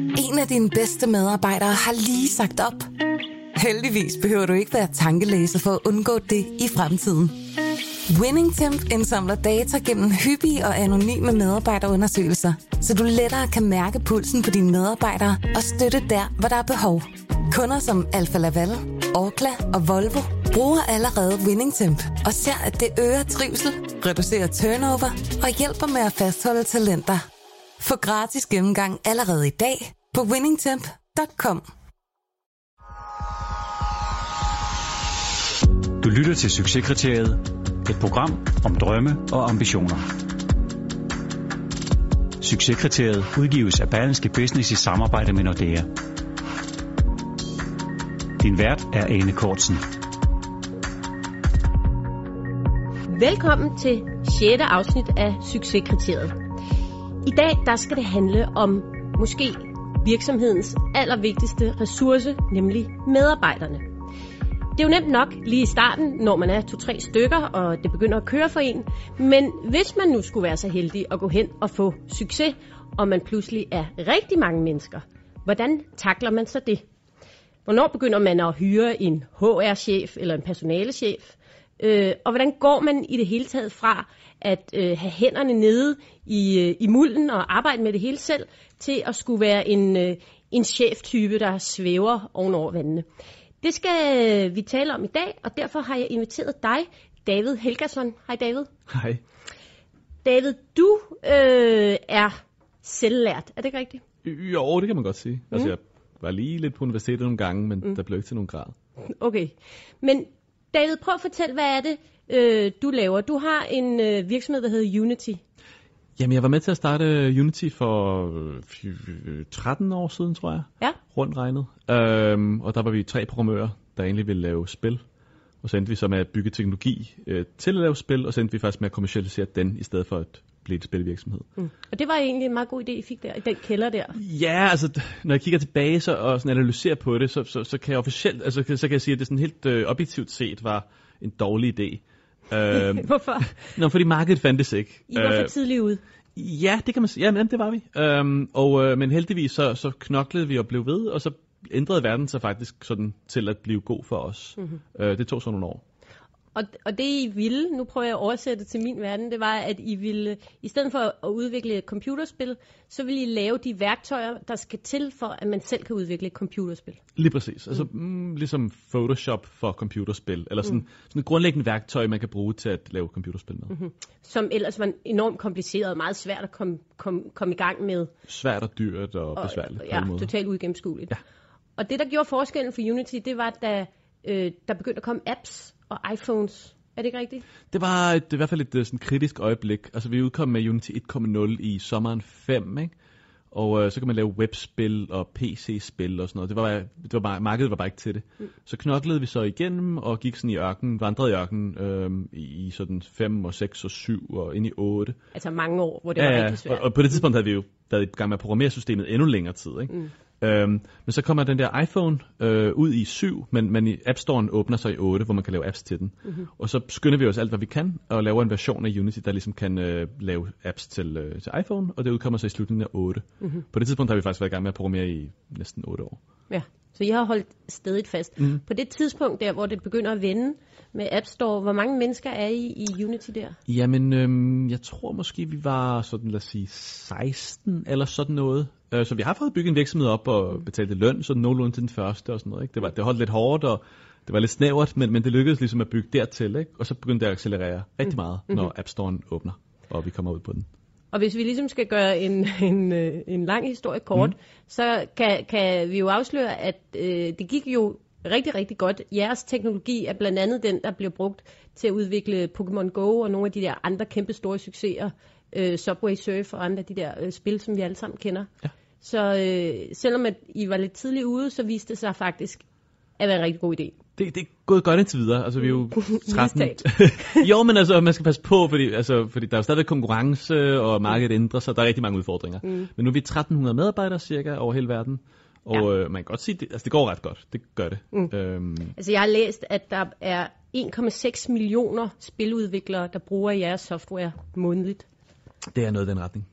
En af dine bedste medarbejdere har lige sagt op. Heldigvis behøver du ikke være tankelæser for at undgå det i fremtiden. WinningTemp indsamler data gennem hyppige og anonyme medarbejderundersøgelser, så du lettere kan mærke pulsen på dine medarbejdere og støtte der, hvor der er behov. Kunder som Alfa Laval, Orkla og Volvo bruger allerede WinningTemp og ser, at det øger trivsel, reducerer turnover og hjælper med at fastholde talenter. Få gratis gennemgang allerede i dag på winningtemp.com. Du lytter til Succeskriteriet, et program om drømme og ambitioner. Succeskriteriet udgives af Berlingske Business i samarbejde med Nordea. Din vært er Ane Kortsen. Velkommen til 6. afsnit af Succeskriteriet. I dag der skal det handle om måske virksomhedens allervigtigste ressource, nemlig medarbejderne. Det er jo nemt nok lige i starten, når man er 2-3 stykker, og det begynder at køre for en. Men hvis man nu skulle være så heldig at gå hen og få succes, og man pludselig er rigtig mange mennesker, hvordan takler man så det? Hvornår begynder man at hyre en HR-chef eller en personalechef? Og hvordan går man i det hele taget fra at have hænderne nede i mulden og arbejde med det hele selv, til at skulle være en cheftype, der svæver ovenover vandene? Det skal vi tale om i dag, og derfor har jeg inviteret dig, David Helgason. Hej David. Hej. David, du er selvlært, er det ikke rigtigt? Jo, det kan man godt sige. Altså, jeg var lige lidt på universitetet nogle gange, men der blev ikke til nogen grad. Okay, men David, prøv at fortælle, hvad er det, du laver? Du har en virksomhed, der hedder Unity. Jamen, jeg var med til at starte Unity for 13 år siden, tror jeg. Ja. Rundt regnet. Og der var vi 3 programmører, der egentlig ville lave spil. Og så endte vi så med at bygge teknologi til at lave spil, og så endte vi faktisk med at kommercialisere den, i stedet for at blive et spilvirksomhed. Og det var egentlig en meget god idé, I fik der, i den kælder der. Ja, altså, når jeg kigger tilbage og sådan analyserer på det, så kan jeg officielt, altså, så kan jeg sige, at det sådan helt objektivt set var en dårlig idé. Hvorfor? Nå, fordi markedet fandtes ikke. I var for tidligt ude. Ja, det kan man sige. Ja, men det var vi. Men heldigvis så knoklede vi og blev ved, og så ændrede verden sig faktisk sådan til at blive god for os. Det tog så nogle år. Og det I ville, nu prøver jeg at oversætte til min verden, det var, at I ville, i stedet for at udvikle et computerspil, så ville I lave de værktøjer, der skal til for, at man selv kan udvikle et computerspil. Lige præcis. Altså ligesom Photoshop for computerspil, eller sådan et grundlæggende værktøj, man kan bruge til at lave computerspil med. Som ellers var enormt kompliceret og meget svært at komme i gang med. Svært og dyrt og besværligt. Ja, totalt uigennemskueligt. Ja. Og det, der gjorde forskellen for Unity, det var, da der begyndte at komme apps og iPhones. Er det ikke rigtigt? Det var i hvert fald et sådan kritisk øjeblik. Altså vi udkom med Unity 1.0 i sommeren 5, ikke? Og så kan man lave webspil og PC-spil og sådan noget. Det var bare, markedet var bare ikke til det. Så knoklede vi så igennem og gik sådan i ørkenen, vandrede i ørkenen i sådan 5 og 6 og 7 og ind i 8. Altså mange år, hvor det var rigtig svært. Og på det tidspunkt havde vi jo været i gang med at programmere systemet endnu længere tid, ikke? Men så kommer den der iPhone ud i 7, men i App Store'en åbner sig i 8, hvor man kan lave apps til den. Og så skynder vi os alt, hvad vi kan, og laver en version af Unity, der ligesom kan lave apps til iPhone, og det udkommer så i slutningen af 8. På det tidspunkt har vi faktisk været i gang med at programmere i næsten 8 år. Ja, så I har holdt stedigt fast. På det tidspunkt der, hvor det begynder at vende med App Store, hvor mange mennesker er I Unity der? Jamen, jeg tror måske, vi var sådan, lad os sige, 16 eller sådan noget. Så vi har fået bygget en virksomhed op og betalt løn, sådan nogenlunde til den første og sådan noget. Ikke? Det holdt lidt hårdt, og det var lidt snævert, men det lykkedes ligesom at bygge dertil. Ikke? Og så begyndte det at accelerere rigtig meget, når App Store'en åbner, og vi kommer ud på den. Og hvis vi ligesom skal gøre en lang historie kort, så kan vi jo afsløre, at det gik jo rigtig, rigtig godt. Jeres teknologi er blandt andet den, der bliver brugt til at udvikle Pokémon Go og nogle af de der andre kæmpe store succeser, Subway Surf og andre af de der spil, som vi alle sammen kender. Ja. Så selvom at I var lidt tidligt ude, så viste det sig faktisk at være en rigtig god idé. Det er gået godt indtil videre. Altså, vi er jo 13. Jo, men altså, man skal passe på, fordi der er jo stadig konkurrence, og markedet ændrer sig. Der er rigtig mange udfordringer. Men nu er vi 1300 medarbejdere cirka over hele verden. Og man kan godt sige, det går ret godt. Det gør det. Altså, jeg har læst, at der er 1,6 millioner spiludviklere, der bruger jeres software månedligt. Det er noget i den retning. Ja.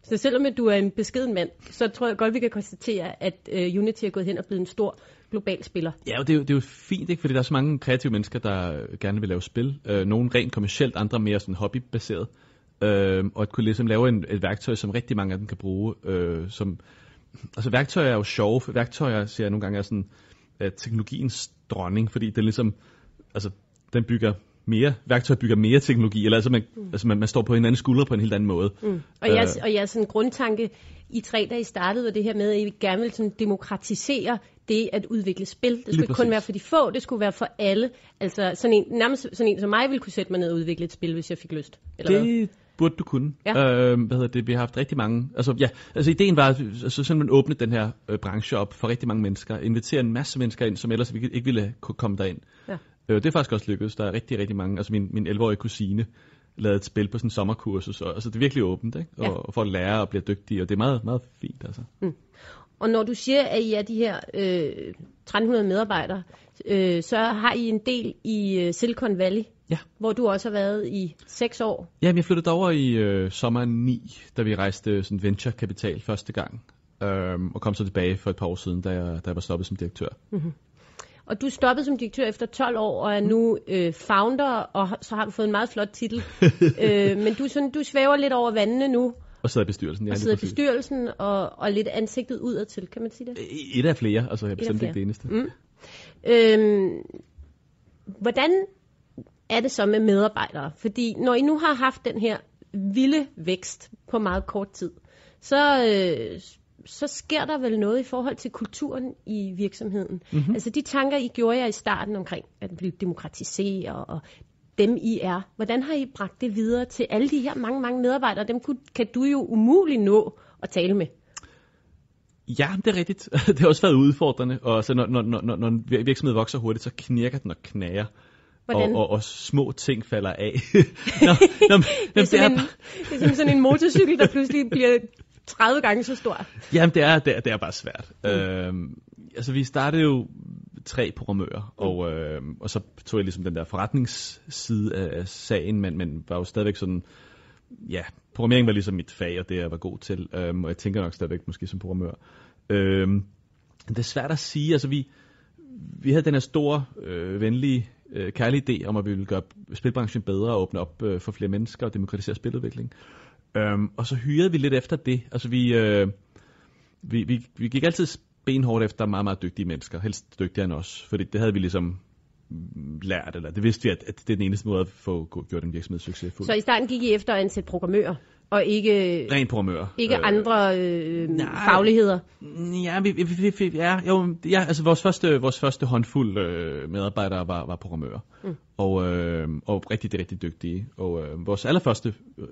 Så selvom du er en beskeden mand, så tror jeg godt, vi kan konstatere, at Unity er gået hen og blevet en stor global spiller. Ja, og det er jo fint, ikke? Fordi der er så mange kreative mennesker, der gerne vil lave spil. Nogle rent kommercielt, andre mere sådan hobbybaseret. Og at kunne ligesom lave et værktøj, som rigtig mange af dem kan bruge. Altså værktøjer er jo sjove. Værktøjer, siger jeg nogle gange, er sådan teknologiens dronning, fordi den ligesom, altså den bygger mere, værktøj bygger mere teknologi, eller altså man står på hinandens skuldre på en helt anden måde. Og jeres sådan grundtanke i 3, da I startede, var det her med, at I gerne ville sådan demokratisere det at udvikle spil. Det skulle ikke kun være for de få, det skulle være for alle. Altså nærmest sådan en som mig ville kunne sætte mig ned og udvikle et spil, hvis jeg fik lyst. Eller det burde du kunne. Ja. Vi har haft rigtig mange. Altså ideen var sådan man åbne den her branche op for rigtig mange mennesker, invitere en masse mennesker ind, som ellers ikke ville kunne komme derind. Ja. Det er faktisk også lykkedes. Der er rigtig, rigtig mange. Altså min 11-årige kusine lavede et spil på sådan en sommerkursus, og altså det er virkelig åbent, ikke? Og for at lære og blive dygtig, og det er meget, meget fint, altså. Og når du siger, at I er de her 1300 medarbejdere, så har I en del i Silicon Valley, hvor du også har været i 6 år. Ja, jeg flyttede over i sommeren 9, da vi rejste sådan venture-kapital første gang, og kom så tilbage for et par år siden, da jeg var stoppet som direktør. Mm-hmm. Og du stoppede som direktør efter 12 år, og er nu founder, og så har du fået en meget flot titel. Men du svæver lidt over vandene nu. Og sidder i bestyrelsen. Og sidder i bestyrelsen, og lidt ansigtet udadtil, kan man sige det? Et af flere, altså jeg er bestemt ikke det eneste. Hvordan er det så med medarbejdere? Fordi når I nu har haft den her vilde vækst på meget kort tid, så sker der vel noget i forhold til kulturen i virksomheden. Mm-hmm. Altså de tanker, I gjorde jer i starten omkring at demokratisere og dem I er. Hvordan har I bragt det videre til alle de her mange medarbejdere? Dem kan du jo umuligt nå at tale med. Ja, det er rigtigt. Det har også været udfordrende. Og så når en virksomhed vokser hurtigt, så knirker den og knager. Og små ting falder af. Det er som sådan en motorcykel, der pludselig bliver 30 gange så stor. Jamen, det er bare svært. Altså, vi startede jo 3 programmører, og så tog jeg ligesom den der forretningsside af sagen, men var jo stadigvæk sådan, ja, programmering var ligesom mit fag, og det jeg var god til, og jeg tænker nok stadigvæk måske som programmør. Det er svært at sige, altså vi havde den her store, venlige, kærlige idé om, at vi ville gøre spilbranchen bedre og åbne op for flere mennesker og demokratisere spiludvikling. Og så hyrede vi lidt efter det. Altså vi gik altid benhårdt efter meget, meget dygtige mennesker. Helst dygtigere end os. Fordi det havde vi ligesom lært, eller det vidste vi, at det er den eneste måde at få gjort en virksomhed succesfuld. Så i starten gik I efter at ansætte programmører? Og ikke ren programmør. Ikke andre fagligheder? Ja, altså vores første håndfuld medarbejdere var programmører. Og rigtig dygtige. Og vores allerførste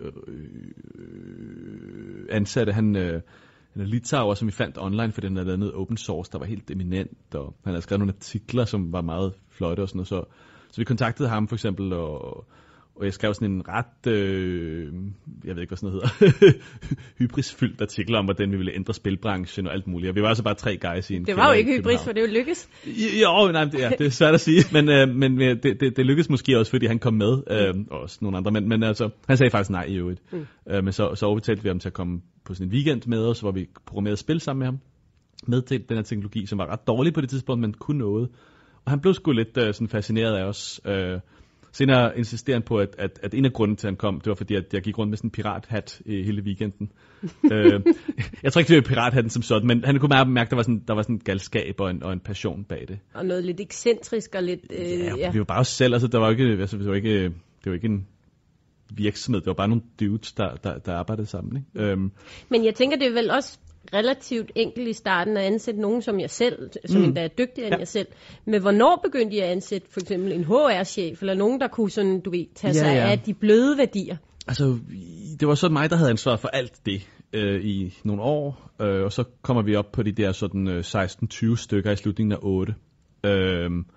ansatte, han er litauer, som vi fandt online, for den havde lavet noget open source, der var helt eminent, og han havde skrevet nogle artikler, som var meget flotte og sådan noget. Så vi kontaktede ham for eksempel, og jeg skrev sådan en ret, jeg ved ikke, hvad sådan noget hedder, hybrisfyldt artikel om, hvordan vi ville ændre spilbranchen og alt muligt. Og vi var altså bare 3 guys i en. Det var jo ikke hybris, for det jo lykkes. Jo, nej, det er svært at sige, men det lykkedes måske også, fordi han kom med, og også nogle andre, men altså, han sagde faktisk nej i øvrigt. Men så overbetalte vi ham til at komme på sådan en weekend med os, hvor vi programmerede spil sammen med ham, med til den her teknologi, som var ret dårlig på det tidspunkt, men kunne noget. Og han blev sgu lidt sådan fascineret af os. Senere insisterede han på, at en af grunden til, at han kom, det var fordi, at jeg gik rundt med sådan en pirathat hele weekenden. Jeg tror ikke, det var pirathatten som sådan, men han kunne meget mærke, at der var sådan en galskab og en passion bag det. Og noget lidt ekscentrisk og lidt... Ja, vi var bare os selv. Altså, det var ikke en virksomhed. Det var bare nogle dudes, der arbejdede sammen. Ikke? Men jeg tænker, det er vel også relativt enkelt i starten at ansætte nogen som jeg selv, som endda er dygtigere end jeg selv. Men hvornår begyndte jeg at ansætte for eksempel en HR-chef, eller nogen, der kunne sådan, tage sig af de bløde værdier? Altså, det var så mig, der havde ansvaret for alt det i nogle år, og så kommer vi op på de der sådan 16-20 stykker i slutningen af 8.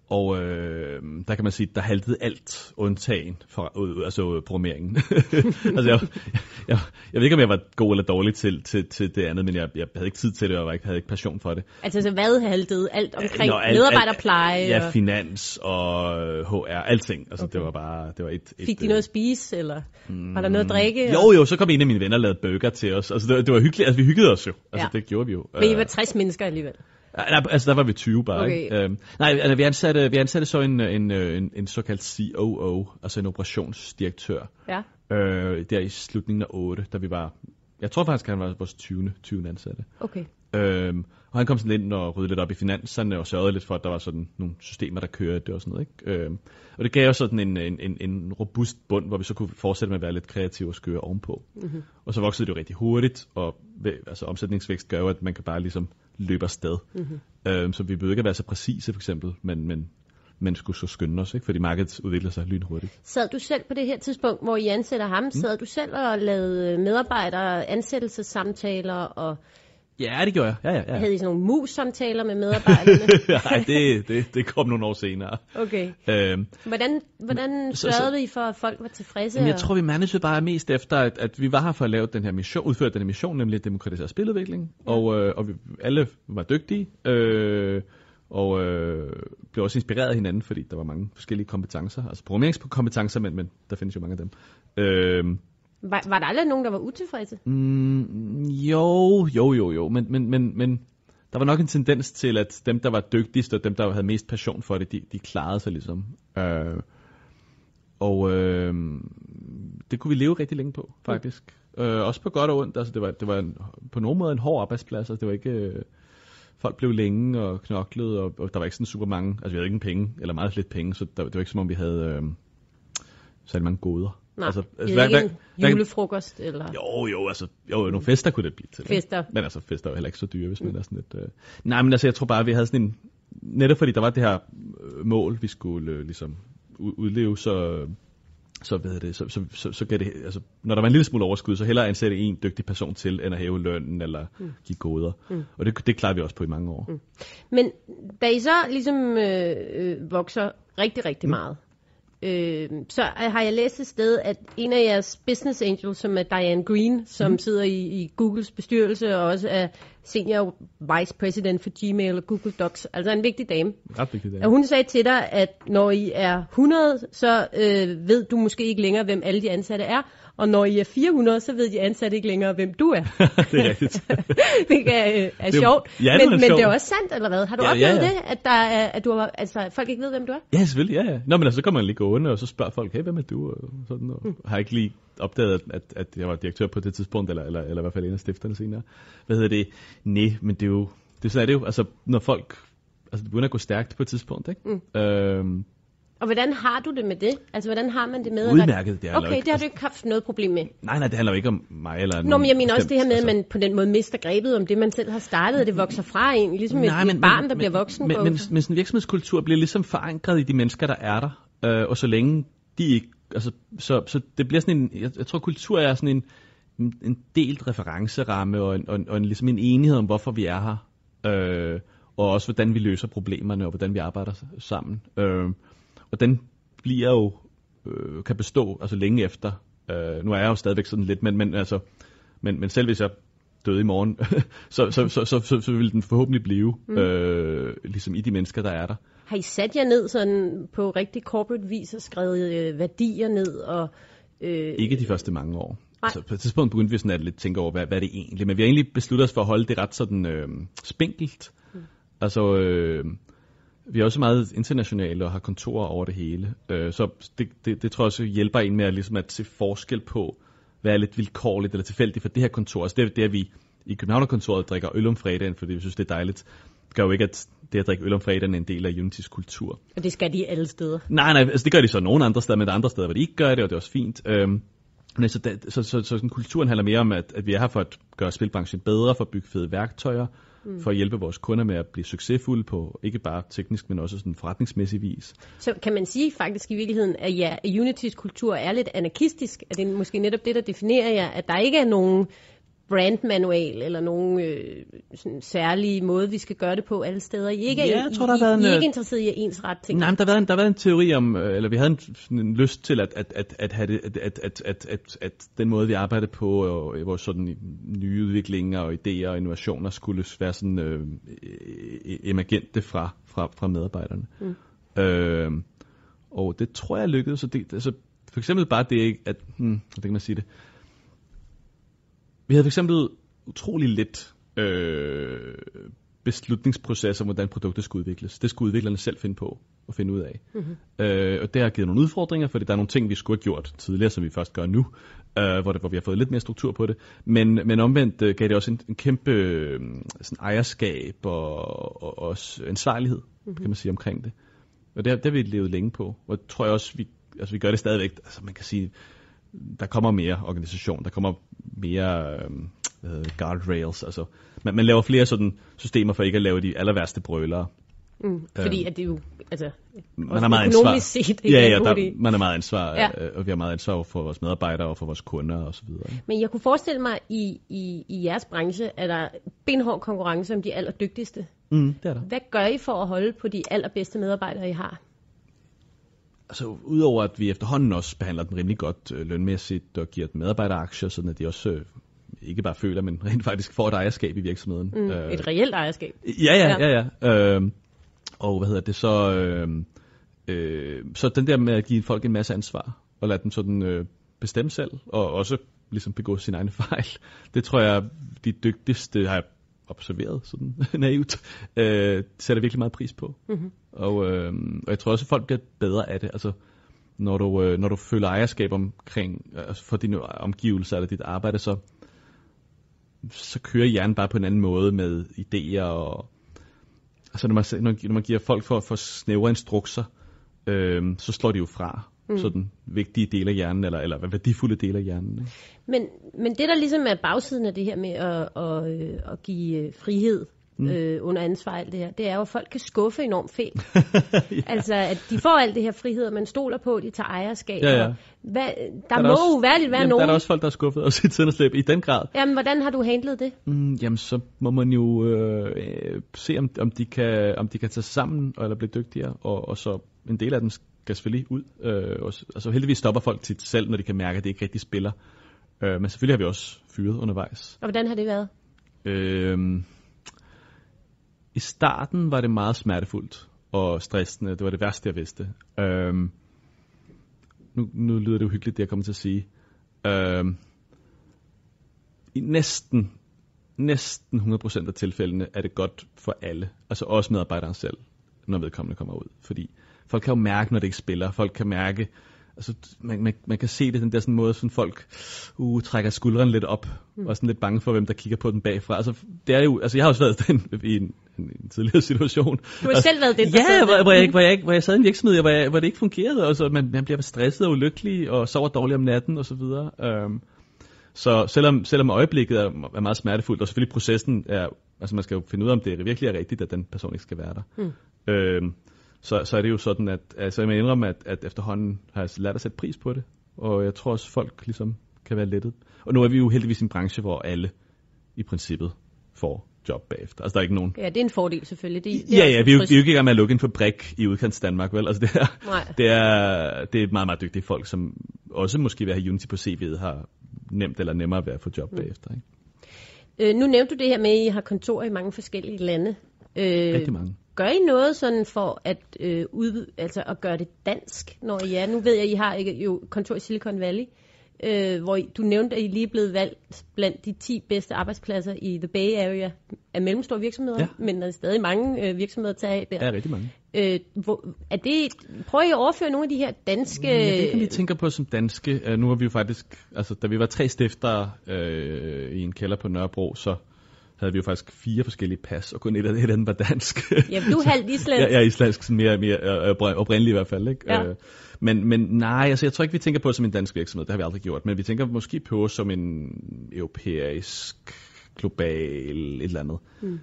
Og der kan man sige, der haltede alt undtagen for altså programmeringen. Altså jeg ved ikke, om jeg var god eller dårlig til det andet, men jeg havde ikke tid til det, og havde ikke passion for det. Altså så hvad haltede? Alt omkring medarbejderpleje? Ja, finans og HR, alting. Altså det var bare, det var et... Fik de noget at spise, eller var der noget at drikke? Jo, så kom en af mine venner og lavede burger til os. Altså det var hyggeligt, altså vi hyggede os jo. Altså det gjorde vi jo. Men I var 60 mennesker alligevel? Altså der var vi 20 bare, okay. Ikke? Nej, vi ansatte så en såkaldt COO, altså en operationsdirektør, der i slutningen af 8, da vi var, jeg tror faktisk, han var vores 20. ansatte. Okay. Og han kom sådan ind og ryddede lidt op i finanserne og sørgede lidt for, at der var sådan nogle systemer, der kørte og sådan noget, ikke? Og det gav jo sådan en robust bund, hvor vi så kunne fortsætte med at være lidt kreative og skøre ovenpå. Mm-hmm. Og så voksede det jo rigtig hurtigt, og altså omsætningsvækst gør jo, at man kan bare ligesom løbe afsted. Mm-hmm. Så vi behøver ikke at være så præcise for eksempel, men skulle så skynde os, ikke? Fordi markedet udvikler sig lynhurtigt. Sad du selv på det her tidspunkt, hvor I ansætter ham, sad du selv og lavede medarbejdere, ansættelsessamtaler og... Ja, det gjorde jeg. Ja. Havde I sådan nogle mus-samtaler med medarbejderne? Nej, det kom nogle år senere. Okay. Hvordan sørgede I for, at folk var tilfredse? Jeg tror, vi managede bare mest efter, at vi var her for at lave den her mission, udføre den her mission, nemlig at demokratisere spiludvikling. Ja. Og vi alle var dygtige, og blev også inspireret af hinanden, fordi der var mange forskellige kompetencer. Altså programmeringskompetencer, men der findes jo mange af dem. Var der aldrig nogen, der var utilfredse? Jo, men der var nok en tendens til, at dem, der var dygtigst, og dem, der havde mest passion for det, de klarede sig ligesom. Det kunne vi leve rigtig længe på, faktisk. Også på godt og ondt. Altså, det var på nogen måde en hård arbejdsplads. Altså, det var ikke... folk blev længe og knoklede, og der var ikke sådan super mange... Altså, vi havde ikke penge, eller meget lidt penge, så det var ikke som om, vi havde særlig mange goder. Nej, altså ikke en julefrokost, eller? Jo, altså, nogle fester kunne det blive til. Fester. Men altså, fester er jo heller ikke så dyre, hvis man er sådan lidt... Nej, men altså, jeg tror bare, vi havde sådan en... Netop fordi der var det her mål, vi skulle ligesom udleve, så gav det... Altså, når der var en lille smule overskud, så hellere ansætte en dygtig person til, end at hæve lønnen, eller give goder. Og det klarede vi også på i mange år. Men da I så ligesom vokser rigtig, rigtig meget, så har jeg læst et sted, at en af jeres business angels, som er Diane Green, som sidder i Googles bestyrelse og også er senior vice president for Gmail og Google Docs, altså en vigtig dame. Ret vigtig dame. Og hun sagde til dig, at når I er 100, så ved du måske ikke længere, hvem alle de ansatte er. Og når I er 400, så ved de ansatte ikke længere, hvem du er. Det er rigtigt. Det er sjovt. Ja, men det er også sandt, eller hvad? Har du oplevet det, at du har, altså, folk ikke ved, hvem du er? Ja, selvfølgelig, ja. Nå, men altså, så kommer man lige gående, og så spørger folk, hey, hvem er du? Og sådan, og har ikke lige opdaget, at jeg var direktør på det tidspunkt, eller i hvert fald en af stifterne senere. Hvad hedder det? Nej, men det er jo, sådan er det jo. Altså, når folk, altså, det begynder at gå stærkt på et tidspunkt, ikke? Og hvordan har du det med det? Altså, hvordan har man det med? Udmærket. Det okay, det har du ikke haft noget problem med? Nej, det handler jo ikke om mig eller nogen. Nå, men jeg mener også det her med, at man på den måde mister grebet om det, man selv har startet, og det vokser fra en, ligesom et barn, der bliver voksen. Men sådan en virksomhedskultur bliver ligesom forankret i de mennesker, der er der, og så længe de ikke, altså, så det bliver sådan en, jeg tror, kultur er sådan en delt referenceramme, og en ligesom en enighed om, hvorfor vi er her, og også hvordan vi løser problemerne, og hvordan vi arbejder sammen. Og den bliver jo, kan bestå altså længe efter. Nu er jeg jo stadigvæk sådan lidt, men selv hvis jeg døde i morgen, så vil den forhåbentlig blive ligesom i de mennesker, der er der. Har I sat jer ned sådan på rigtig corporate vis og skrevet værdier ned? Og, Ikke de første mange år. Altså, på et tidspunkt begyndte vi sådan at lidt tænke over, hvad er det egentlig? Men vi har egentlig besluttet os for at holde det ret sådan spinkelt. Altså... Vi er også meget internationale og har kontorer over det hele, så det tror jeg også hjælper en med at, ligesom at se forskel på, hvad er lidt vilkårligt eller tilfældigt for det her kontor. Altså det er, at vi i Københavnerkontoret drikker øl om fredagen, fordi vi synes, det er dejligt. Det gør jo ikke, at det at drikke øl om fredagen er en del af Unitys kultur. Og det skal de alle steder? Nej, altså det gør de så nogle andre steder, men der er andre steder, hvor de ikke gør det, og det er også fint. Så sådan, kulturen handler mere om, at vi er her for at gøre spilbranchen bedre, for at bygge fede værktøjer, for at hjælpe vores kunder med at blive succesfulde på ikke bare teknisk, men også sådan forretningsmæssig vis. Så kan man sige faktisk i virkeligheden, at Unitys kultur er lidt anarkistisk? Er det måske netop det, der definerer jer, at der ikke er nogen brandmanual eller nogen sådan særlige måde, vi skal gøre det på alle steder. I ikke, jeg tror, der har været I er ikke interesseret i at ensret ting. Nej, men der har været en teori om, eller vi havde en lyst til at have det, at den måde, vi arbejder på, og vores sådan nye udviklinger og idéer og innovationer skulle være sådan emergente fra medarbejderne. Og det tror jeg lykkedes. Så det, altså, for eksempel bare det, at hvordan kan man sige det? Vi havde for eksempel utrolig lidt beslutningsprocesser, hvordan produktet skulle udvikles. Det skulle udviklerne selv finde på og finde ud af. Og det har givet nogle udfordringer, fordi der er nogle ting, vi skulle have gjort tidligere, som vi først gør nu, hvor vi har fået lidt mere struktur på det. Men omvendt gav det også en kæmpe sådan ejerskab og også ansvarlighed, kan man sige, omkring det. Og det har vi levet længe på. Og det tror jeg også, vi gør det stadigvæk. Altså man kan sige, der kommer mere organisation, der kommer mere guardrails. Altså, man laver flere sådan systemer for ikke at lave de aller værste brølere. Fordi at det jo, altså, man har meget ansvar. Set, Man har meget ansvar, og vi har meget ansvar for vores medarbejdere og for vores kunder og så videre. Men jeg kunne forestille mig, i jeres branche, er der benhård konkurrence om de allerdygtigste. Det er der. Hvad gør I for at holde på de allerbedste medarbejdere, I har? Altså, udover at vi efterhånden også behandler dem rimelig godt lønmæssigt og giver dem medarbejderaktier, sådan at de også ikke bare føler, men rent faktisk får et ejerskab i virksomheden. Et reelt ejerskab. Ja. Og hvad hedder det så? Så den der med at give folk en masse ansvar og lade dem sådan bestemme selv og også ligesom begå sine egne fejl. Det tror jeg, de dygtigste har jeg observeret sådan naivt, sætter virkelig meget pris på. Og jeg tror også, at folk bliver bedre af det. Altså, når du føler ejerskab omkring for dine omgivelser eller dit arbejde, så kører hjernen bare på en anden måde med idéer. Og altså, når man giver folk for snævre instrukser, så slår de jo fra sådan vigtige dele af hjernen, eller værdifulde dele af hjernen. Ikke? Men det, der ligesom er bagsiden af det her med at give frihed under ansvar, alt det her, det er jo, at folk kan skuffe enormt fælt. Altså, at de får alt det her frihed, og man stoler på, de tager ejerskab. Ja. Der må uværligt være nogen. Der er også folk, der er skuffet og sit slæb i den grad. Jamen, hvordan har du handlet det? Jamen, så må man jo se, om de kan tage sig sammen, eller blive dygtigere, og så en del af dem skal selvfølgelig ud. Altså heldigvis stopper folk tit selv, når de kan mærke, at det ikke rigtig spiller. Men selvfølgelig har vi også fyret undervejs. Og hvordan har det været? I starten var det meget smertefuldt og stressende. Det var det værste, jeg vidste. Nu lyder det uhyggeligt, det jeg kommer til at sige. I næsten 100% af tilfældene er det godt for alle. Altså også medarbejderen selv, når vedkommende kommer ud. Fordi folk kan jo mærke, når det ikke spiller. Folk kan mærke, altså man kan se det den der sådan måde, sådan folk trækker skuldrene lidt op, og sådan lidt bange for, hvem der kigger på den bagfra. Altså det er jo, altså jeg har også været den i en tidligere situation. Du har selv været den, hvor jeg sad i en virksomhed, hvor det ikke fungerede, og så man bliver stresset og ulykkelig, og sover dårligt om natten, og så videre. Så selvom øjeblikket er meget smertefuldt, og selvfølgelig processen er, altså man skal jo finde ud af, om det virkelig er rigtigt, at den person ikke skal være der. Så er det jo sådan, at altså, jeg må indrømme, at efterhånden har jeg lært at sætte pris på det, og jeg tror også, folk ligesom kan være lettet. Og nu er vi jo heldigvis i en branche, hvor alle i princippet får job bagefter. Altså der er ikke nogen... Ja, det er en fordel selvfølgelig. Det vi er jo ikke i gang med at lukke en fabrik i udkants Danmark, vel? Altså det er meget, meget dygtige folk, som også måske ved at have Unity på CV'et har nemt eller nemmere ved at få job bagefter. Ikke? Nu nævnte du det her med, at I har kontorer i mange forskellige lande. Rigtig mange. Gør I noget sådan for at gøre det dansk, når I er? Nu ved jeg, at I har jo kontor i Silicon Valley, hvor du nævnte, at I lige er blevet valgt blandt de 10 bedste arbejdspladser i The Bay Area af mellemstore virksomheder, men der er stadig mange virksomheder at tage af der. Ja, rigtig mange. Prøver I at overføre nogle af de her danske... Det kan vi tænker på som danske. Nu har vi jo faktisk, altså da vi var 3 stiftere i en kælder på Nørrebro, så havde vi jo faktisk 4 forskellige pas, og kun et af dem var dansk. Ja, du er halvt islandsk. Ja, islandsk, mere oprindeligt i hvert fald. Ikke? Ja. Men nej, altså jeg tror ikke, vi tænker på som en dansk virksomhed, det har vi aldrig gjort, men vi tænker måske på som en europæisk, global, et eller andet.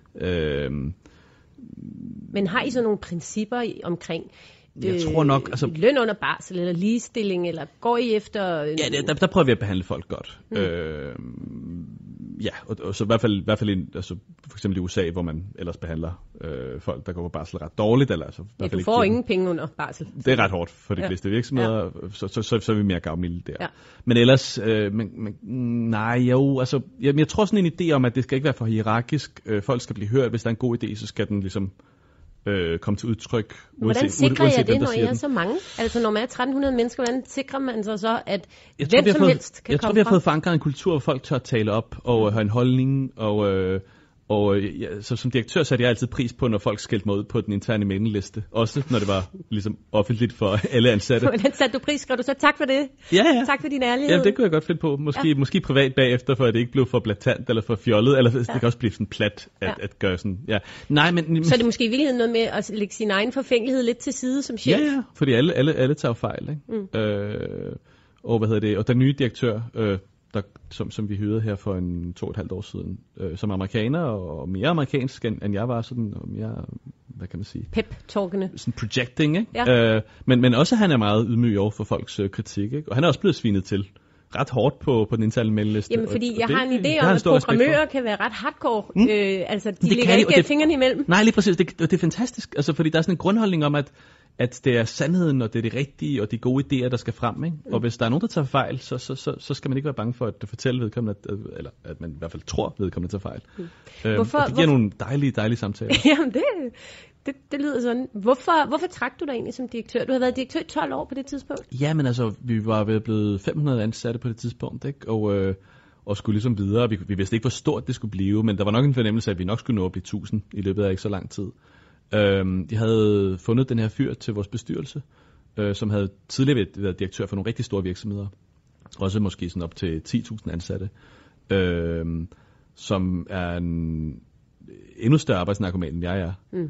Men har I så nogle principper omkring jeg tror nok, altså, løn under barsel, eller ligestilling, eller går I efter... Ja, der prøver vi at behandle folk godt. Ja, og så i hvert fald altså, for eksempel i USA, hvor man ellers behandler folk, der går på barsel ret dårligt. Eller, altså, ja, du får ingen penge under barsel. Det er ret hårdt for de fleste virksomheder, så er vi mere gavmilde der. Ja. Men ellers, jeg tror sådan en idé om, at det skal ikke være for hierarkisk. Folk skal blive hørt, hvis der er en god idé, så skal den ligesom komme til udtryk. Hvordan sikrer jeg det, når I er så mange? Altså når man er 1300 mennesker, hvordan sikrer man så, at hvem som helst kan komme fra? Jeg tror, vi har fået forankret en kultur, hvor folk tør tale op og have en holdning. Så som direktør satte jeg altid pris på, når folk skældte mig ud på den interne mailliste. Også når det var ligesom offentligt for alle ansatte. Hvordan satte du pris? Skrev du så tak for det? Ja. Tak for din ærlighed? Ja, det kunne jeg godt finde på. Måske privat bagefter, for at det ikke blev for blatant eller for fjollet. Eller det kan også blive sådan plat at gøre sådan. Ja. Nej, men så er det måske i virkeligheden noget med at lægge sin egen forfængelighed lidt til side som chef? Ja, fordi alle tager fejl. Ikke? Og den nye direktør, som vi hørte her for 2,5 år siden, som amerikaner og mere amerikansk end jeg var, sådan, og mere, hvad kan man sige? Pep-talkene. Sådan projecting, ikke? Ja. Men også han er meget ydmyg over for folks kritik, ikke? Og han er også blevet svinet til ret hårdt på den interne mailliste. Jamen, fordi jeg har en idé om, at programmører kan være ret hardcore. Altså, de lægger ikke fingrene imellem. Nej, lige præcis. Det er fantastisk. Altså, fordi der er sådan en grundholdning om, at det er sandheden, og det er det rigtige, og de gode idéer, der skal frem. Ikke? Og hvis der er nogen, der tager fejl, så skal man ikke være bange for at fortælle vedkommende, eller at man i hvert fald tror, vedkommende tager fejl. Og det giver nogle dejlige samtaler. Jamen, det lyder sådan. Hvorfor trak du dig egentlig som direktør? Du har været direktør i 12 år på det tidspunkt. Ja, men altså, vi var blevet 500 ansatte på det tidspunkt, ikke? Og skulle ligesom videre. Vi vidste ikke, hvor stort det skulle blive, men der var nok en fornemmelse af, at vi nok skulle nå at blive 1000 i løbet af ikke så lang tid. De havde fundet den her fyr til vores bestyrelse, som havde tidligere været direktør for nogle rigtig store virksomheder. Også måske sådan op til 10.000 ansatte. Som er en endnu større arbejdsnarkoman, end jeg er.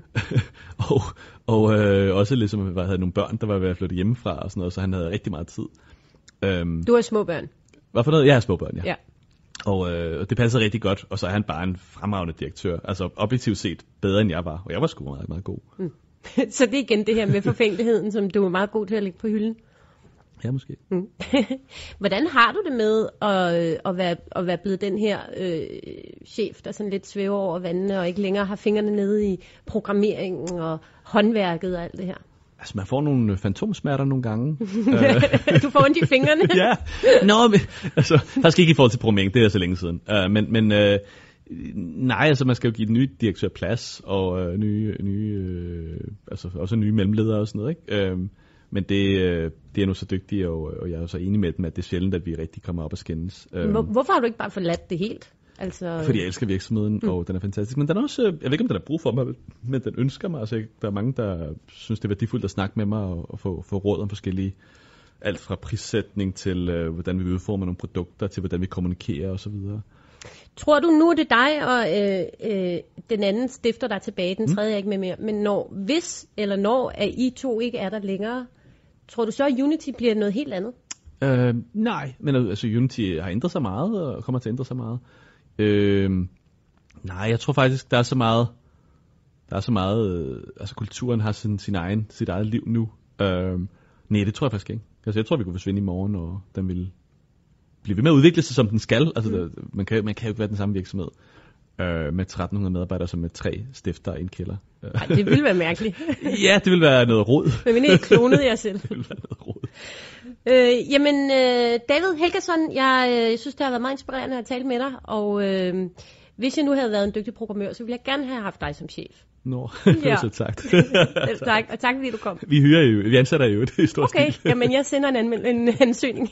og også ligesom havde nogle børn, der var ved at flytte hjemmefra og sådan noget, så han havde rigtig meget tid. Du har små børn? Hvad for noget? Jeg har små børn, ja. Og det passer rigtig godt, og så er han bare en fremragende direktør. Altså objektivt set bedre, end jeg var. Og jeg var sgu meget, meget god. Så det er igen det her med forfængeligheden, som du er meget god til at lægge på hylden? Ja, måske. Hvordan har du det med at være blevet den her chef, der sådan lidt svæver over vandene, og ikke længere har fingrene nede i programmeringen og håndværket og alt det her? Altså, man får nogle fantomsmerter nogle gange. Du får ondt i fingrene? Ja. Men, altså, faktisk ikke i forhold til programmering, det er så længe siden. Nej, altså man skal jo give den nye direktør plads, og også nye mellemledere og sådan noget, ikke? Men det er nu så dygtige, og jeg er jo så enig med dem, at det er sjældent, at vi rigtig kommer op og skændes. Hvorfor har du ikke bare forladt det helt? Altså... Fordi jeg elsker virksomheden, og den er fantastisk. Men den er også, jeg ved ikke, om den er brug for mig, men den ønsker mig. Altså, der er mange, der synes, det er værdifuldt at snakke med mig og få råd om forskellige, alt fra prissætning til, hvordan vi udformer nogle produkter, til hvordan vi kommunikerer osv. Tror du, nu er det dig og den anden stifter, der er tilbage, den tredje er ikke med mere, men når at I to ikke er der længere, tror du så, at Unity bliver noget helt andet? Nej, men altså Unity har ændret sig meget, og kommer til at ændre sig meget. Nej, jeg tror faktisk, der er så meget, altså kulturen har sit eget liv nu. Nej, det tror jeg faktisk ikke. Altså jeg tror, vi kunne forsvinde i morgen, og den ville blive ved med at udvikle sig, som den skal. Altså man kan jo ikke være den samme virksomhed med 1300 medarbejdere, som med 3 stifter i en kælder. Nej, det ville være mærkeligt. Ja, det ville være noget rod. Men I ikke klonede jer selv. Det ville være noget rod. David Helgason, jeg synes, det har været meget inspirerende at tale med dig, og hvis jeg nu havde været en dygtig programmør, så ville jeg gerne have haft dig som chef. Så tak. Tak, og tak fordi du kom. Vi ansætter jo det i stor stil. Okay, jamen jeg sender en ansøgning.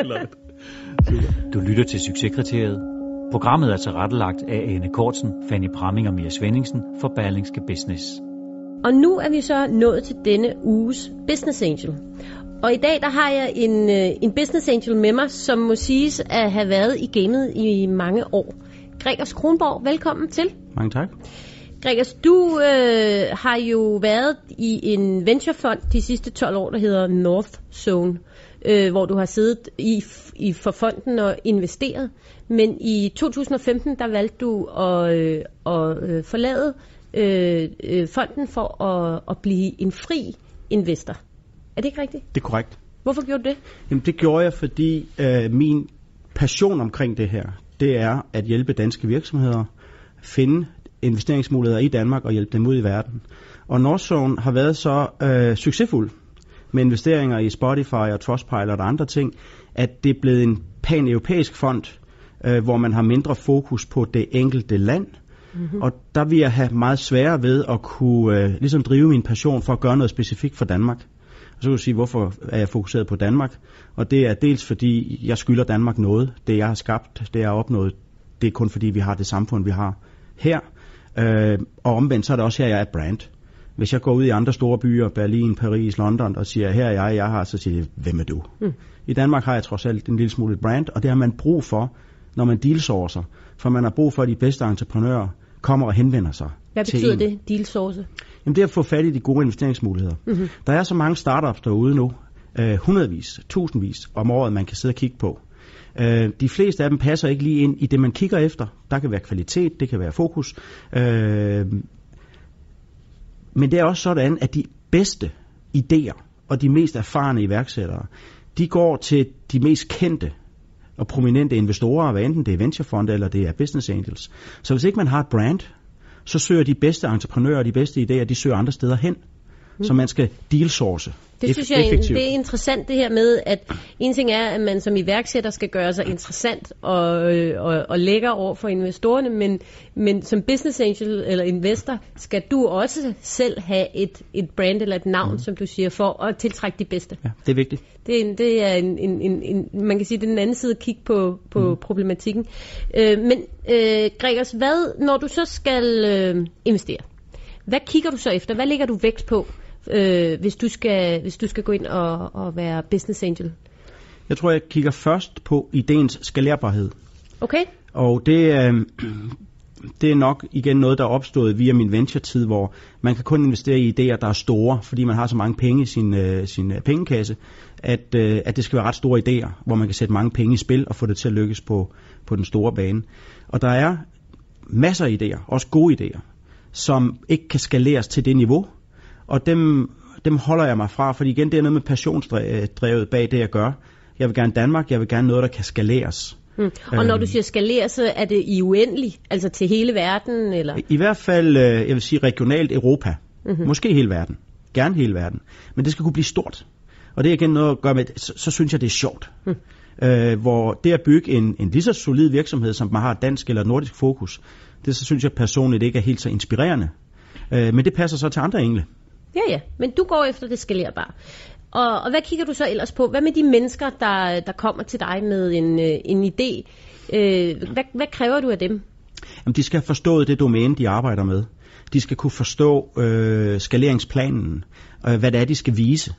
Du lytter til Succeskriteriet. Programmet er tilrettelagt af Ane Kortsen, Fanny Pramming og Mia Svenningsen for Berlingske Business. Og nu er vi så nået til denne uges Business Angel. Og i dag der har jeg en Business Angel med mig, som må siges at have været i gamet i mange år. Gregers Kronborg, velkommen til. Mange tak. Gregers, du har jo været i en venturefond de sidste 12 år, der hedder North Zone, hvor du har siddet for fonden og investeret. Men i 2015, der valgte du at forlade fonden for at blive en fri investor. Er det ikke rigtigt? Det er korrekt. Hvorfor gjorde du det? Jamen det gjorde jeg, fordi min passion omkring det her, det er at hjælpe danske virksomheder, finde investeringsmuligheder i Danmark og hjælpe dem ud i verden. Og Northzone har været så succesfuld med investeringer i Spotify og Trustpilot og andre ting, at det er blevet en pan-europæisk fond, hvor man har mindre fokus på det enkelte land. Mm-hmm. Og der vil jeg have meget sværere ved at kunne ligesom drive min passion for at gøre noget specifikt for Danmark. Og så kan du sige, hvorfor er jeg fokuseret på Danmark? Og det er dels fordi, jeg skylder Danmark noget. Det jeg har skabt, det jeg har opnået, det er kun fordi, vi har det samfund, vi har her. Og omvendt, så er det også her, jeg er brand. Hvis jeg går ud i andre store byer, Berlin, Paris, London, og siger, her er jeg har, så siger jeg, hvem er du? Mm. I Danmark har jeg trods alt en lille smule brand, og det har man brug for, når man dealsourcer. For man har brug for, at de bedste entreprenører kommer og henvender sig. Hvad betyder det, dealsource? Jamen det er at få fat i de gode investeringsmuligheder. Mm-hmm. Der er så mange startups derude nu, hundredvis, tusindvis om året, man kan sidde og kigge på. De fleste af dem passer ikke lige ind i det, man kigger efter. Der kan være kvalitet, det kan være fokus. Men det er også sådan, at de bedste idéer og de mest erfarne iværksættere, de går til de mest kendte og prominente investorer, hvad enten det er venturefonde eller det er business angels. Så hvis ikke man har et brand, så søger de bedste entreprenører og de bedste idéer, de søger andre steder hen. Så man skal dealsource. Det synes jeg det er interessant det her med, at en ting er, at man som iværksætter skal gøre sig interessant og lækker over for investorerne, men som business angel eller investor, skal du også selv have et brand eller et navn, som du siger, for at tiltrække de bedste. Ja, det er vigtigt. Det er en man kan sige, det er den anden side at kigge på problematikken. Men Gregers, når du så skal investere, hvad kigger du så efter? Hvad lægger du vægt på, hvis du skal gå ind og være business angel? Jeg tror, jeg kigger først på ideens skalerbarhed. Okay. Og det er nok igen noget, der er opstået via min venture-tid, hvor man kan kun investere i idéer, der er store, fordi man har så mange penge i sin pengekasse, at det skal være ret store idéer, hvor man kan sætte mange penge i spil og få det til at lykkes på den store bane. Og der er masser af idéer, også gode idéer, som ikke kan skaleres til det niveau, og dem holder jeg mig fra, fordi igen, det er noget med passionsdrevet bag det, jeg gør. Jeg vil gerne Danmark, jeg vil gerne noget, der kan skaleres. Og når du siger skalere, så er det i uendelig, altså til hele verden? Eller? I hvert fald, jeg vil sige regionalt Europa. Mm-hmm. Måske hele verden. Gerne hele verden. Men det skal kunne blive stort. Og det er igen noget at gøre med, så synes jeg, det er sjovt. Hvor det at bygge en lige så solid virksomhed, som man har et dansk eller nordisk fokus, det så synes jeg personligt ikke er helt så inspirerende. Men det passer så til andre engle. Ja, men du går efter det skalerbare. Og hvad kigger du så ellers på? Hvad med de mennesker, der kommer til dig med en idé? Hvad kræver du af dem? Jamen, de skal have forstået det domæne, de arbejder med. De skal kunne forstå skaleringsplanen, hvad det er, de skal vise.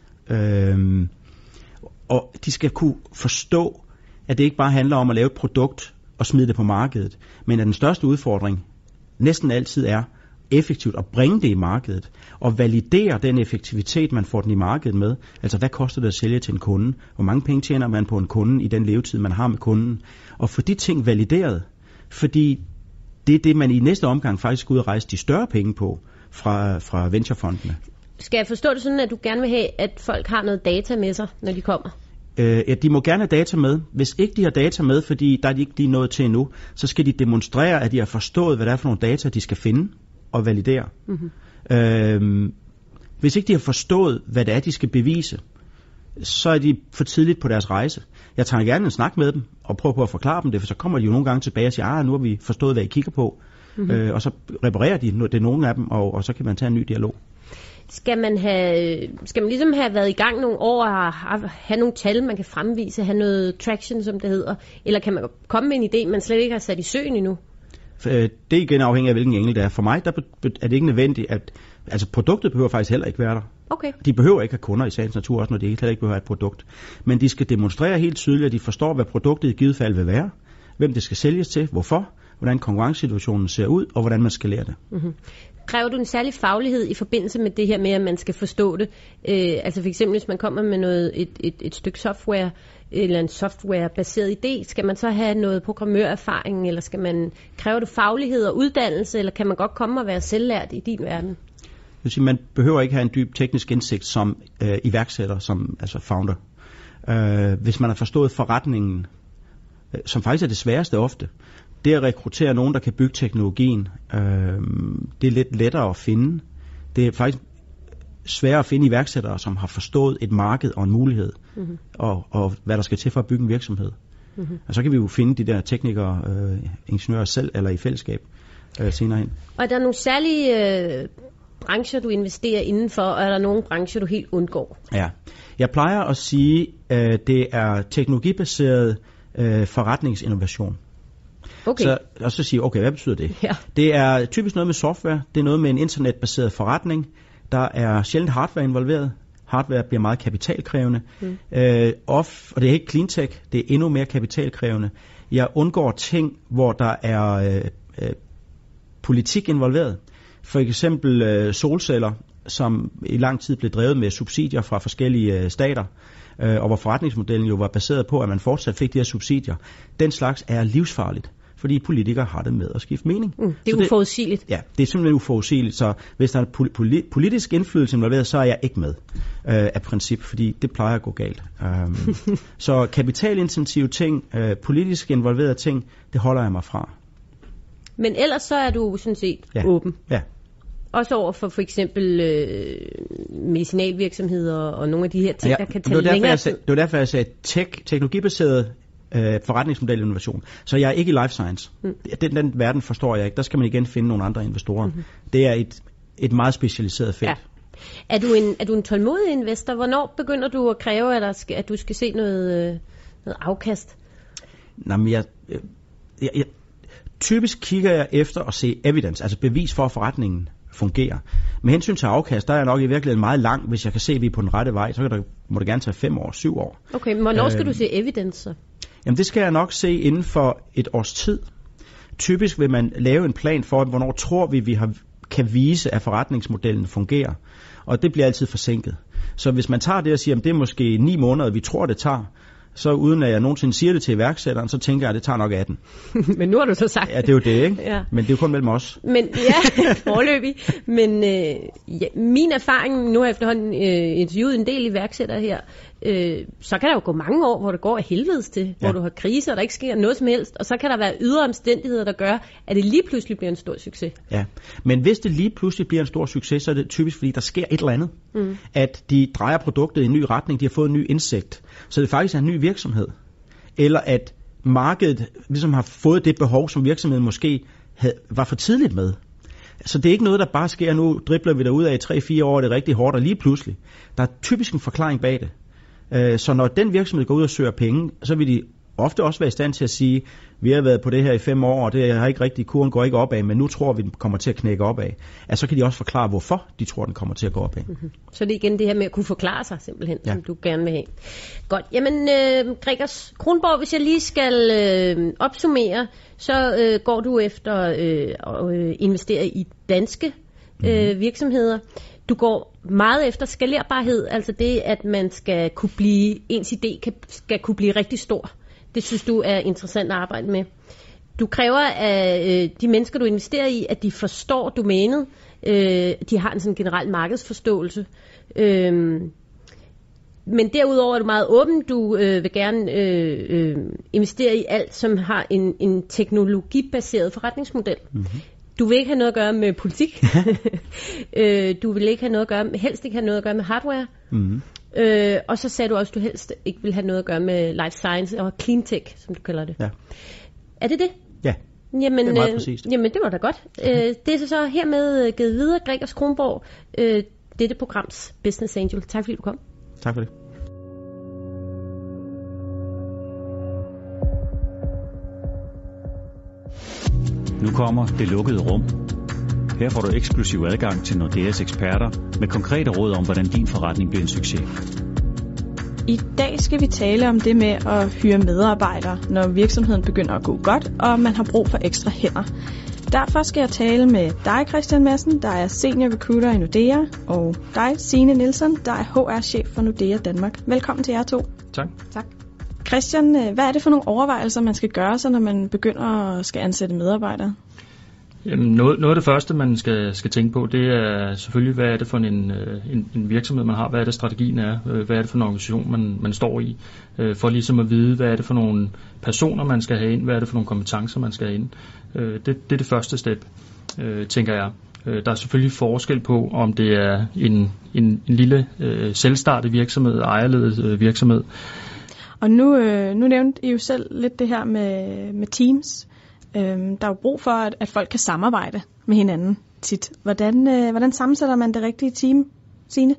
Og de skal kunne forstå, at det ikke bare handler om at lave et produkt og smide det på markedet, men at den største udfordring næsten altid er effektivt at bringe det i markedet og validere den effektivitet, man får den i markedet med. Altså, hvad koster det at sælge til en kunde? Hvor mange penge tjener man på en kunde i den levetid, man har med kunden? Og få de ting valideret, fordi det er det, man i næste omgang faktisk skal ud og rejse de større penge på fra venturefondene. Skal jeg forstå det sådan, at du gerne vil have, at folk har noget data med sig, når de kommer? Ja, de må gerne have data med. Hvis ikke de har data med, fordi der er de ikke lige nået til endnu, så skal de demonstrere, at de har forstået, hvad det er for nogle data, de skal finde og validere. Mm-hmm. Hvis ikke de har forstået, hvad det er, de skal bevise, så er de for tidligt på deres rejse. Jeg tager gerne en snak med dem og prøver på at forklare dem det, for så kommer de jo nogle gange tilbage og siger, nu har vi forstået, hvad I kigger på. Mm-hmm. Og så reparerer de det nogle af dem, og så kan man tage en ny dialog. Skal man ligesom have været i gang nogle år og have nogle tal, man kan fremvise, have noget traction, som det hedder, eller kan man komme med en idé, man slet ikke har sat i søen endnu? Det er igen afhængigt af, hvilken engel det er. For mig er det ikke nødvendigt, altså produktet behøver faktisk heller ikke være der. Okay. De behøver ikke have kunder i sagens natur, også når de heller ikke behøver et produkt. Men de skal demonstrere helt tydeligt, at de forstår, hvad produktet i givet fald vil være, hvem det skal sælges til, hvorfor, hvordan konkurrencesituationen ser ud, og hvordan man skalerer det. Mm-hmm. Kræver du en særlig faglighed i forbindelse med det her med, at man skal forstå det? Altså for eksempel, hvis man kommer med et stykke software, eller en softwarebaseret idé, skal man så have noget programmørerfaring, eller kræver du faglighed og uddannelse, eller kan man godt komme og være selvlært i din verden? Det vil sige, man behøver ikke have en dyb teknisk indsigt som iværksætter, som altså founder. Hvis man har forstået forretningen, som faktisk er det sværeste ofte, det er at rekruttere nogen, der kan bygge teknologien. Det er lidt lettere at finde. Det er faktisk sværere at finde iværksættere, som har forstået et marked og en mulighed, og hvad der skal til for at bygge en virksomhed. Og så kan vi jo finde de der teknikere, ingeniører selv, eller i fællesskab senere hen. Og er der nogle særlige brancher, du investerer indenfor, og er der nogle brancher, du helt undgår? Ja, jeg plejer at sige, at det er teknologibaseret forretningsinnovation. Okay. Og så sige, okay, hvad betyder det? Ja. Det er typisk noget med software, det er noget med en internetbaseret forretning, der er sjældent hardware involveret. Hardware bliver meget kapitalkrævende. Og det er ikke cleantech, det er endnu mere kapitalkrævende. Jeg undgår ting, hvor der er politik involveret. For eksempel solceller, som i lang tid blev drevet med subsidier fra forskellige stater, og hvor forretningsmodellen jo var baseret på, at man fortsat fik de her subsidier. Den slags er livsfarligt, fordi politikere har det med at skifte mening. Det er uforudsigeligt. Ja, det er simpelthen uforudsigeligt, så hvis der er politisk indflydelse involveret, så er jeg ikke med af princip, fordi det plejer at gå galt. Så kapitalintensive ting, politisk involverede ting, det holder jeg mig fra. Men ellers så er du sådan set åben. Ja. Også over for eksempel medicinalvirksomheder og nogle af de her ting, der kan tage længere tid. Det var derfor, jeg sagde teknologibaseret forretningsmodel innovation. Så jeg er ikke i life science. Den verden forstår jeg ikke. Der skal man igen finde nogle andre investorer. Det er et meget specialiseret felt. Ja. Er du en tålmodig investor? Hvornår begynder du at kræve, at du skal se noget afkast? Nå, men typisk kigger jeg efter at se evidence, altså bevis for, at forretningen fungerer. Med hensyn til afkast, der er jeg nok i virkeligheden meget lang. Hvis jeg kan se, at vi er på den rette vej, så må det gerne tage 5 år, 7 år. Okay, men hvornår skal du se evidence? Jamen det skal jeg nok se inden for et års tid. Typisk vil man lave en plan for, hvornår tror vi kan vise, at forretningsmodellen fungerer. Og det bliver altid forsinket. Så hvis man tager det og siger, at det er måske 9 måneder, vi tror, det tager, så uden at jeg nogensinde siger det til iværksætteren, så tænker jeg, at det tager nok 18. Men nu har du så sagt. Ja, det er jo det, ikke? Ja. Men det er jo kun mellem os. Men ja, foreløbig. Men min erfaring, nu har jeg efterhånden interviewet en del iværksættere her, så kan der jo gå mange år, hvor det går af helvedes til, hvor du har kriser, og der ikke sker noget som helst, og så kan der være ydre omstændigheder, der gør, at det lige pludselig bliver en stor succes. Ja, men hvis det lige pludselig bliver en stor succes, så er det typisk, fordi der sker et eller andet. At de drejer produktet i en ny retning, de har fået en ny indsigt, så det faktisk er en ny virksomhed. Eller at markedet ligesom har fået det behov, som virksomheden måske var for tidligt med. Så det er ikke noget, der bare sker nu, dribler vi derud af i 3-4 år, det er rigtig hårdt, og lige pludselig. Der er typisk en forklaring bag det. Så når den virksomhed går ud og søger penge, så vil de ofte også være i stand til at sige, vi har været på det her i 5 år, og det har ikke rigtig, kurven går ikke opad, men nu tror vi, den kommer til at knække opad. Altså, så kan de også forklare, hvorfor de tror, den kommer til at gå opad. Så det er igen det her med at kunne forklare sig simpelthen, som du gerne vil have. Godt, jamen Gregers Kronborg, hvis jeg lige skal opsummere, så går du efter at investere i danske virksomheder. Du går meget efter skalerbarhed, altså det, at man skal kunne blive, ens idé skal kunne blive rigtig stor. Det synes du er interessant at arbejde med. Du kræver af de mennesker, du investerer i, at de forstår domænet. De har en sådan generel markedsforståelse. Men derudover er du meget åben. Du vil gerne investere i alt, som har en teknologibaseret forretningsmodel. Du vil ikke have noget at gøre med politik. Du vil ikke have noget at gøre med, helst ikke have noget at gøre med hardware. Og så sagde du også, at du helst ikke vil have noget at gøre med life science og clean tech, som du kalder det. Ja. Er det det? Ja, jamen, det er meget præcist. Jamen, det var da godt. Det er så hermed givet videre, Gregers Kronborg, dette programs Business Angel. Tak fordi du kom. Tak for det. Nu kommer Det Lukkede Rum. Her får du eksklusiv adgang til Nordeas eksperter med konkrete råd om, hvordan din forretning bliver en succes. I dag skal vi tale om det med at hyre medarbejdere, når virksomheden begynder at gå godt, og man har brug for ekstra hænder. Derfor skal jeg tale med dig, Christian Madsen, der er senior recruiter i Nordea, og dig, Signe Nielsen, der er HR-chef for Nordea Danmark. Velkommen til jer to. Tak. Tak. Christian, hvad er det for nogle overvejelser, man skal gøre sig, når man begynder at skal ansætte medarbejdere? Noget af det første, man skal tænke på, det er selvfølgelig, hvad er det for en virksomhed, man har, hvad er det strategien er, hvad er det for en organisation, man står i, for ligesom at vide, hvad er det for nogle personer, man skal have ind, hvad er det for nogle kompetencer, man skal have ind. Det er det første step, tænker jeg. Der er selvfølgelig forskel på, om det er en lille selvstartet virksomhed, ejerledet virksomhed. Og nu nævnte I jo selv lidt det her med teams. Der er jo brug for, at folk kan samarbejde med hinanden tit. Hvordan sammensætter man det rigtige team, Signe?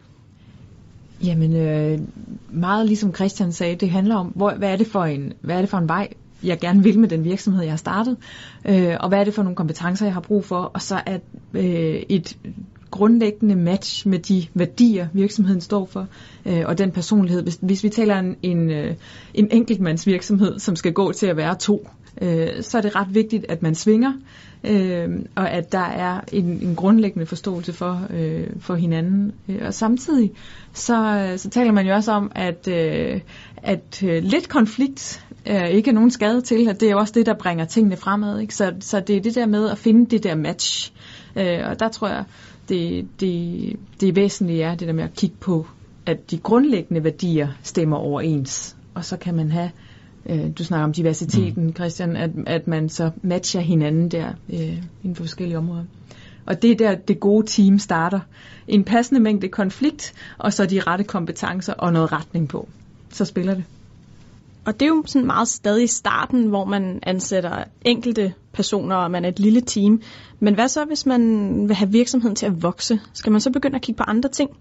Jamen, meget ligesom Christian sagde, det handler om, hvad er det for en vej, jeg gerne vil med den virksomhed, jeg har startet, og hvad er det for nogle kompetencer, jeg har brug for, og så er et grundlæggende match med de værdier, virksomheden står for, og den personlighed. Hvis vi taler en enkeltmandsvirksomhed, som skal gå til at være 2, så er det ret vigtigt, at man svinger, og at der er en grundlæggende forståelse for hinanden. Og samtidig så taler man jo også om, at lidt konflikt ikke er nogen skade til, at det er også det, der bringer tingene fremad. Ikke? Så det er det der med at finde det der match. Og der tror jeg, det væsentlige er det der med at kigge på, at de grundlæggende værdier stemmer overens. Og så kan man have, du snakker om diversiteten, Christian, at man så matcher hinanden der inden for forskellige områder. Og det er der, det gode team starter. En passende mængde konflikt, og så de rette kompetencer og noget retning på. Så spiller det. Og det er jo sådan meget stadig i starten, hvor man ansætter enkelte personer, og man er et lille team. Men hvad så, hvis man vil have virksomheden til at vokse? Skal man så begynde at kigge på andre ting?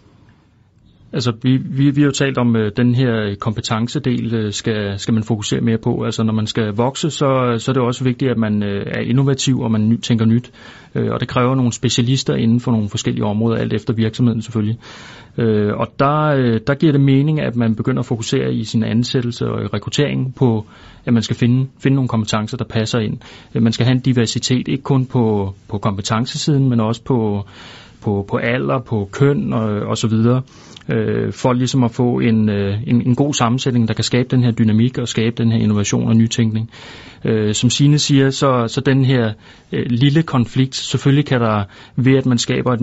Altså, vi har jo talt om den her kompetencedel, skal man fokusere mere på. Altså, når man skal vokse, så er det også vigtigt, at man er innovativ, og man tænker nyt. Og det kræver nogle specialister inden for nogle forskellige områder, alt efter virksomheden selvfølgelig. Og der giver det mening, at man begynder at fokusere i sin ansættelse og rekruttering på, at man skal finde nogle kompetencer, der passer ind. Man skal have en diversitet, ikke kun på kompetencesiden, men også på alder, på køn og så videre, for ligesom at få en god sammensætning, der kan skabe den her dynamik og skabe den her innovation og nytænkning. Som Signe siger, så den her lille konflikt, selvfølgelig kan der, ved at man skaber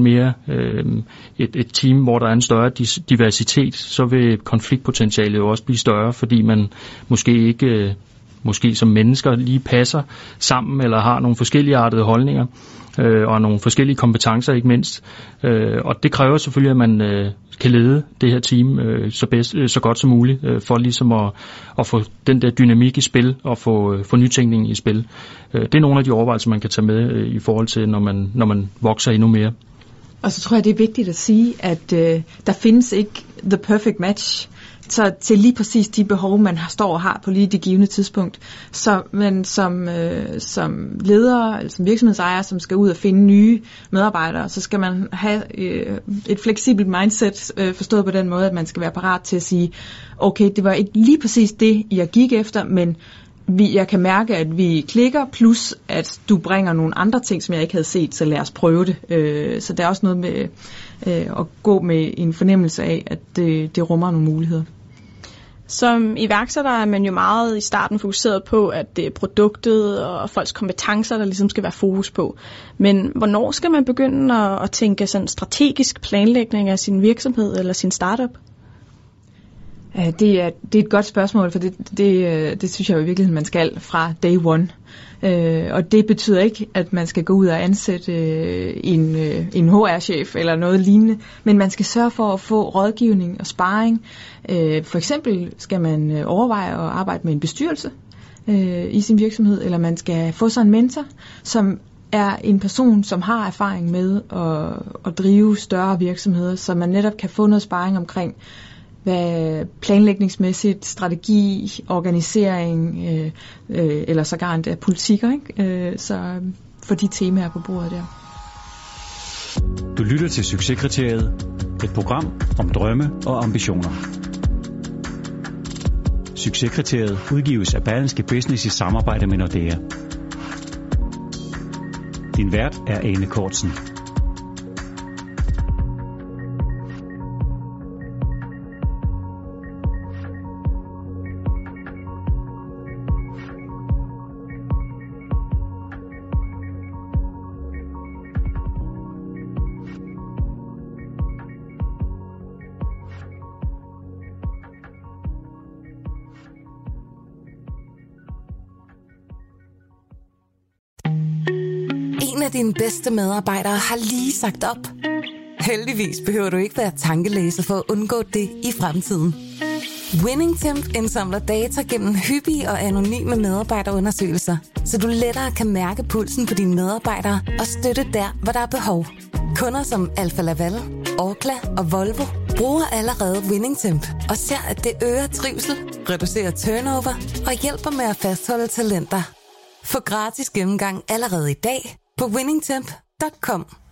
et team, hvor der er en større diversitet, så vil konfliktpotentialet jo også blive større, fordi man måske som mennesker lige passer sammen, eller har nogle forskelligartede holdninger, og nogle forskellige kompetencer ikke mindst. Og det kræver selvfølgelig, at man kan lede det her team så godt som muligt, for ligesom at få den der dynamik i spil, og få nytænkning i spil. Det er nogle af de overvejelser, man kan tage med i forhold til, når man vokser endnu mere. Og så tror jeg, det er vigtigt at sige, at der findes ikke the perfect match. Så til lige præcis de behov, man står og har på lige det givne tidspunkt. Så man som leder, eller som virksomhedsejer, som skal ud og finde nye medarbejdere, så skal man have et fleksibelt mindset, forstået på den måde, at man skal være parat til at sige, okay, det var ikke lige præcis det, jeg gik efter, men jeg kan mærke, at vi klikker, plus at du bringer nogle andre ting, som jeg ikke havde set, så lad os prøve det. Så der er også noget med at gå med en fornemmelse af, at det rummer nogle muligheder. Som iværksætter er man jo meget i starten fokuseret på, at det er produktet og folks kompetencer, der ligesom skal være fokus på. Men hvornår skal man begynde at tænke sådan strategisk planlægning af sin virksomhed eller sin startup? Det er et godt spørgsmål, for det synes jeg jo i virkeligheden, man skal fra day one. Og det betyder ikke, at man skal gå ud og ansætte en HR-chef eller noget lignende, men man skal sørge for at få rådgivning og sparring. For eksempel skal man overveje at arbejde med en bestyrelse i sin virksomhed, eller man skal få sig en mentor, som er en person, som har erfaring med at drive større virksomheder, så man netop kan få noget sparring omkring, hvad planlægningsmæssigt, strategi, organisering, eller sågar endda politikker, ikke? Så for de temaer på bordet der. Du lytter til Succeskriteriet, et program om drømme og ambitioner. Succeskriteriet udgives af Berlingske Business i samarbejde med Nordea. Din vært er Ane Kortsen. En af dine bedste medarbejdere har lige sagt op. Heldigvis behøver du ikke være tankelæser for at undgå det i fremtiden. WinningTemp indsamler data gennem hyppige og anonyme medarbejderundersøgelser, så du lettere kan mærke pulsen på dine medarbejdere og støtte der, hvor der er behov. Kunder som Alfa Laval, Orkla og Volvo bruger allerede WinningTemp og ser, at det øger trivsel, reducerer turnover og hjælper med at fastholde talenter. Få gratis gennemgang allerede i dag på winningtemp.com.